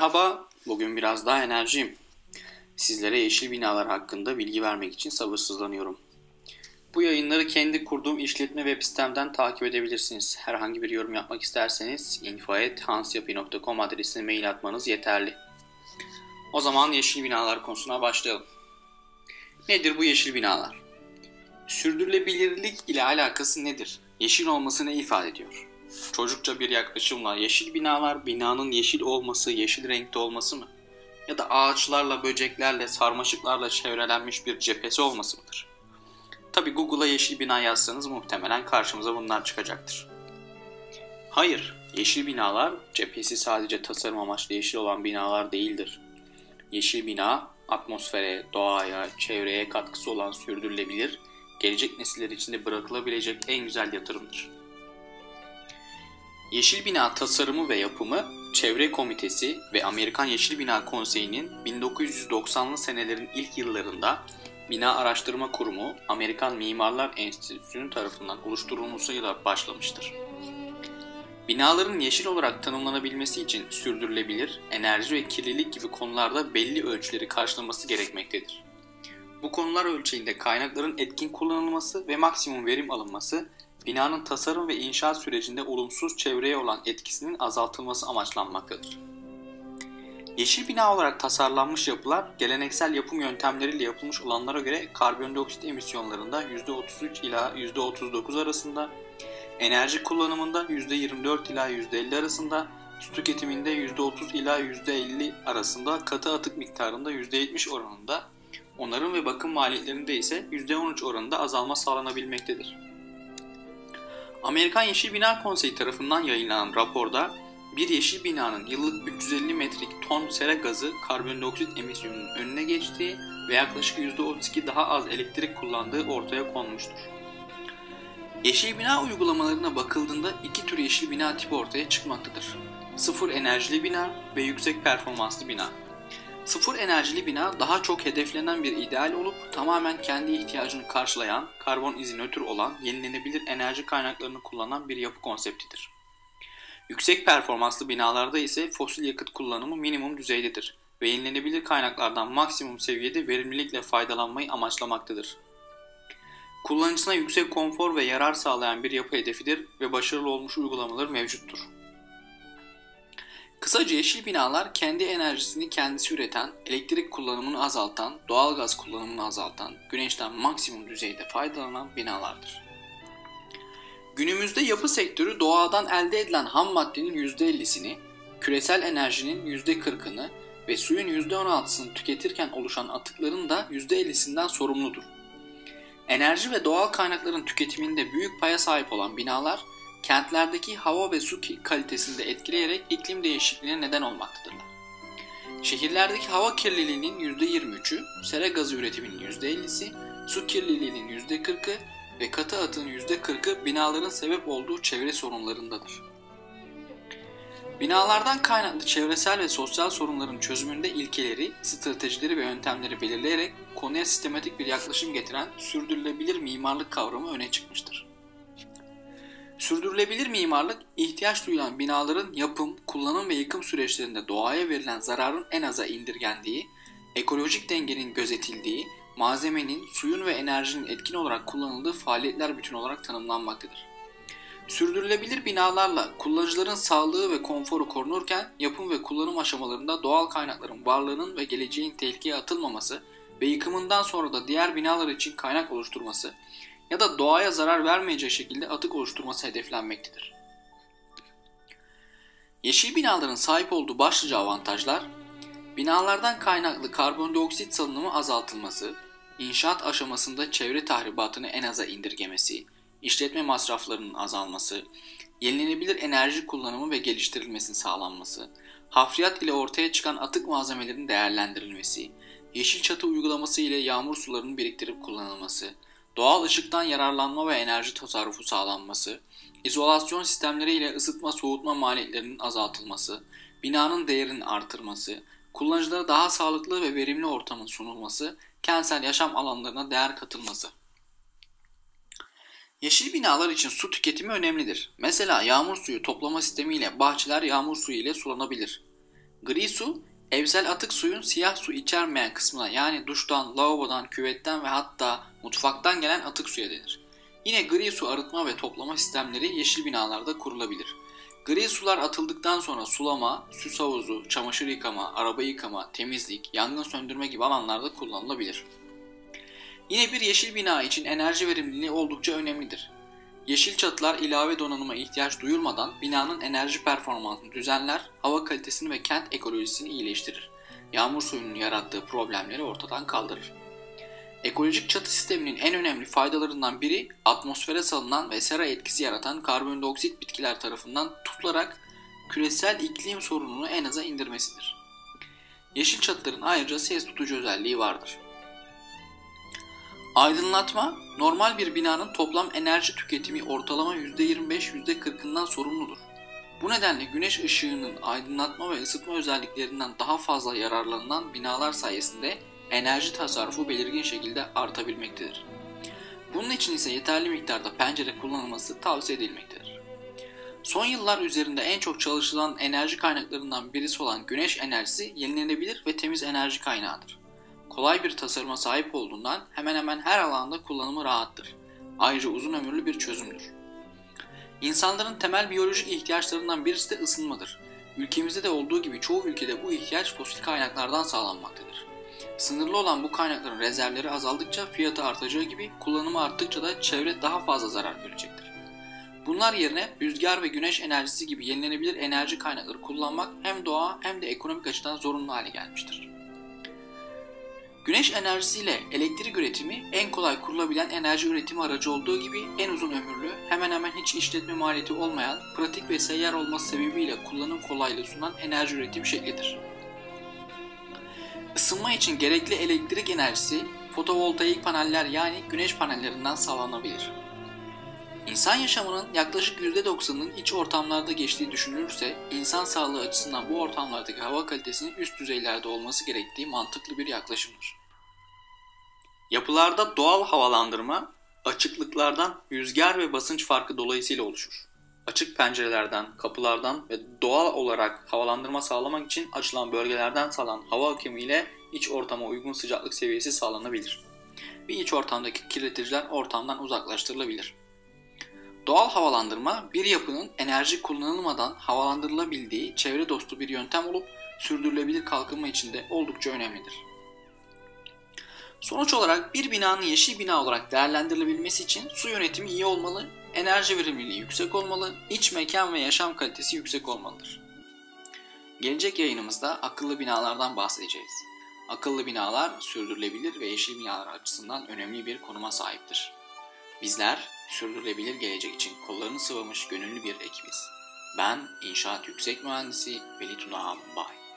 Merhaba, bugün biraz daha enerjiyim. Sizlere yeşil binalar hakkında bilgi vermek için sabırsızlanıyorum. Bu yayınları kendi kurduğum işletme web sitemden takip edebilirsiniz. Herhangi bir yorum yapmak isterseniz info@hansyapi.com adresine mail atmanız yeterli. O zaman yeşil binalar konusuna başlayalım. Nedir bu yeşil binalar? Sürdürülebilirlik ile alakası nedir? Yeşil olması ne ifade ediyor? Çocukça bir yaklaşımla yeşil binalar binanın yeşil olması, yeşil renkte olması mı? Ya da ağaçlarla, böceklerle, sarmaşıklarla çevrelenmiş bir cephesi olması mıdır? Tabi Google'a yeşil bina yazsanız muhtemelen karşımıza bunlar çıkacaktır. Hayır, yeşil binalar cephesi sadece tasarım amaçlı yeşil olan binalar değildir. Yeşil bina, atmosfere, doğaya, çevreye katkısı olan sürdürülebilir, gelecek nesiller için de bırakılabilecek en güzel yatırımdır. Yeşil Bina tasarımı ve yapımı Çevre Komitesi ve Amerikan Yeşil Bina Konseyi'nin 1990'lı senelerin ilk yıllarında Bina Araştırma Kurumu Amerikan Mimarlar Enstitüsü'nün tarafından oluşturulmasıyla başlamıştır. Binaların yeşil olarak tanımlanabilmesi için sürdürülebilir, enerji ve kirlilik gibi konularda belli ölçüleri karşılaması gerekmektedir. Bu konular ölçeğinde kaynakların etkin kullanılması ve maksimum verim alınması, binanın tasarım ve inşaat sürecinde olumsuz çevreye olan etkisinin azaltılması amaçlanmaktadır. Yeşil bina olarak tasarlanmış yapılar, geleneksel yapım yöntemleriyle yapılmış olanlara göre karbondioksit emisyonlarında %33 ila %39 arasında, enerji kullanımında %24 ila %50 arasında, su tüketiminde %30 ila %50 arasında, katı atık miktarında %70 oranında, onarım ve bakım maliyetlerinde ise %13 oranında azalma sağlanabilmektedir. Amerikan Yeşil Bina Konseyi tarafından yayınlanan raporda bir yeşil binanın yıllık 350 metrik ton sera gazı karbondioksit emisyonunun önüne geçtiği ve yaklaşık %32 daha az elektrik kullandığı ortaya konmuştur. Yeşil bina uygulamalarına bakıldığında iki tür yeşil bina tipi ortaya çıkmaktadır. Sıfır enerjili bina ve yüksek performanslı bina. Sıfır enerjili bina daha çok hedeflenen bir ideal olup tamamen kendi ihtiyacını karşılayan, karbon izi nötr olan, yenilenebilir enerji kaynaklarını kullanan bir yapı konseptidir. Yüksek performanslı binalarda ise fosil yakıt kullanımı minimum düzeydedir ve yenilenebilir kaynaklardan maksimum seviyede verimlilikle faydalanmayı amaçlamaktadır. Kullanıcısına yüksek konfor ve yarar sağlayan bir yapı hedefidir ve başarılı olmuş uygulamaları mevcuttur. Kısaca yeşil binalar kendi enerjisini kendisi üreten, elektrik kullanımını azaltan, doğalgaz kullanımını azaltan, güneşten maksimum düzeyde faydalanan binalardır. Günümüzde yapı sektörü doğadan elde edilen ham maddenin %50'sini, küresel enerjinin %40'ını ve suyun %16'sını tüketirken oluşan atıkların da %50'sinden sorumludur. Enerji ve doğal kaynakların tüketiminde büyük paya sahip olan binalar, kentlerdeki hava ve su kalitesini de etkileyerek iklim değişikliğine neden olmaktadırlar. Şehirlerdeki hava kirliliğinin %23'ü, sera gazı üretiminin %50'si, su kirliliğinin %40'ı ve katı atığın %40'ı binaların sebep olduğu çevre sorunlarındadır. Binalardan kaynaklı çevresel ve sosyal sorunların çözümünde ilkeleri, stratejileri ve yöntemleri belirleyerek konuya sistematik bir yaklaşım getiren sürdürülebilir mimarlık kavramı öne çıkmıştır. Sürdürülebilir mimarlık, ihtiyaç duyulan binaların yapım, kullanım ve yıkım süreçlerinde doğaya verilen zararın en aza indirgendiği, ekolojik dengenin gözetildiği, malzemenin, suyun ve enerjinin etkin olarak kullanıldığı faaliyetler bütünü olarak tanımlanmaktadır. Sürdürülebilir binalarla kullanıcıların sağlığı ve konforu korunurken yapım ve kullanım aşamalarında doğal kaynakların varlığının ve geleceğin tehlikeye atılmaması ve yıkımından sonra da diğer binalar için kaynak oluşturması ya da doğaya zarar vermeyecek şekilde atık oluşturması hedeflenmektedir. Yeşil binaların sahip olduğu başlıca avantajlar, binalardan kaynaklı karbondioksit salınımı azaltılması, inşaat aşamasında çevre tahribatını en aza indirgemesi, işletme masraflarının azalması, yenilenebilir enerji kullanımı ve geliştirilmesinin sağlanması, hafriyat ile ortaya çıkan atık malzemelerin değerlendirilmesi, yeşil çatı uygulaması ile yağmur sularının biriktirip kullanılması, doğal ışıktan yararlanma ve enerji tasarrufu sağlanması, izolasyon sistemleri ile ısıtma soğutma maliyetlerinin azaltılması, binanın değerinin artırması, kullanıcılara daha sağlıklı ve verimli ortamın sunulması, kentsel yaşam alanlarına değer katılması. Yeşil binalar için su tüketimi önemlidir. Mesela yağmur suyu toplama sistemi ile bahçeler yağmur suyu ile sulanabilir. Gri su, evsel atık suyun siyah su içermeyen kısmına, yani duştan, lavabodan, küvetten ve hatta mutfaktan gelen atık suya denir. Yine gri su arıtma ve toplama sistemleri yeşil binalarda kurulabilir. Gri sular atıldıktan sonra sulama, süs havuzu, çamaşır yıkama, araba yıkama, temizlik, yangın söndürme gibi alanlarda kullanılabilir. Yine bir yeşil bina için enerji verimliliği oldukça önemlidir. Yeşil çatılar ilave donanıma ihtiyaç duyulmadan binanın enerji performansını düzenler, hava kalitesini ve kent ekolojisini iyileştirir. Yağmur suyunun yarattığı problemleri ortadan kaldırır. Ekolojik çatı sisteminin en önemli faydalarından biri atmosfere salınan ve sera etkisi yaratan karbondioksit bitkiler tarafından tutularak küresel iklim sorununu en aza indirmesidir. Yeşil çatıların ayrıca ses tutucu özelliği vardır. Aydınlatma, normal bir binanın toplam enerji tüketimi ortalama %25-%40'ından sorumludur. Bu nedenle güneş ışığının aydınlatma ve ısıtma özelliklerinden daha fazla yararlanılan binalar sayesinde enerji tasarrufu belirgin şekilde artabilmektedir. Bunun için ise yeterli miktarda pencere kullanılması tavsiye edilmektedir. Son yıllar üzerinde en çok çalışılan enerji kaynaklarından birisi olan güneş enerjisi yenilenebilir ve temiz enerji kaynağıdır. Kolay bir tasarıma sahip olduğundan hemen hemen her alanda kullanımı rahattır. Ayrıca uzun ömürlü bir çözümdür. İnsanların temel biyolojik ihtiyaçlarından birisi de ısınmadır. Ülkemizde de olduğu gibi çoğu ülkede bu ihtiyaç fosil kaynaklardan sağlanmaktadır. Sınırlı olan bu kaynakların rezervleri azaldıkça fiyatı artacağı gibi kullanımı arttıkça da çevre daha fazla zarar görecektir. Bunlar yerine rüzgar ve güneş enerjisi gibi yenilenebilir enerji kaynakları kullanmak hem doğa hem de ekonomik açıdan zorunlu hale gelmiştir. Güneş enerjisiyle elektrik üretimi en kolay kurulabilen enerji üretimi aracı olduğu gibi en uzun ömürlü, hemen hemen hiç işletme maliyeti olmayan, pratik ve seyyar olması sebebiyle kullanım kolaylığı sunan enerji üretim şeklidir. Isınma için gerekli elektrik enerjisi fotovoltaik paneller yani güneş panellerinden sağlanabilir. İnsan yaşamının yaklaşık %90'ının iç ortamlarda geçtiği düşünülürse, insan sağlığı açısından bu ortamlardaki hava kalitesinin üst düzeylerde olması gerektiği mantıklı bir yaklaşımdır. Yapılarda doğal havalandırma, açıklıklardan rüzgar ve basınç farkı dolayısıyla oluşur. Açık pencerelerden, kapılardan ve doğal olarak havalandırma sağlamak için açılan bölgelerden sağlanan hava akımı ile iç ortama uygun sıcaklık seviyesi sağlanabilir. Bir iç ortamdaki kirleticiler ortamdan uzaklaştırılabilir. Doğal havalandırma, bir yapının enerji kullanılmadan havalandırılabildiği çevre dostu bir yöntem olup sürdürülebilir kalkınma için de oldukça önemlidir. Sonuç olarak bir binanın yeşil bina olarak değerlendirilebilmesi için su yönetimi iyi olmalı, enerji verimliliği yüksek olmalı, iç mekan ve yaşam kalitesi yüksek olmalıdır. Gelecek yayınımızda akıllı binalardan bahsedeceğiz. Akıllı binalar sürdürülebilir ve yeşil binalar açısından önemli bir konuma sahiptir. Bizler sürdürülebilir gelecek için kollarını sıvamış gönüllü bir ekibiz. Ben İnşaat Yüksek Mühendisi Veli Tuna Bay.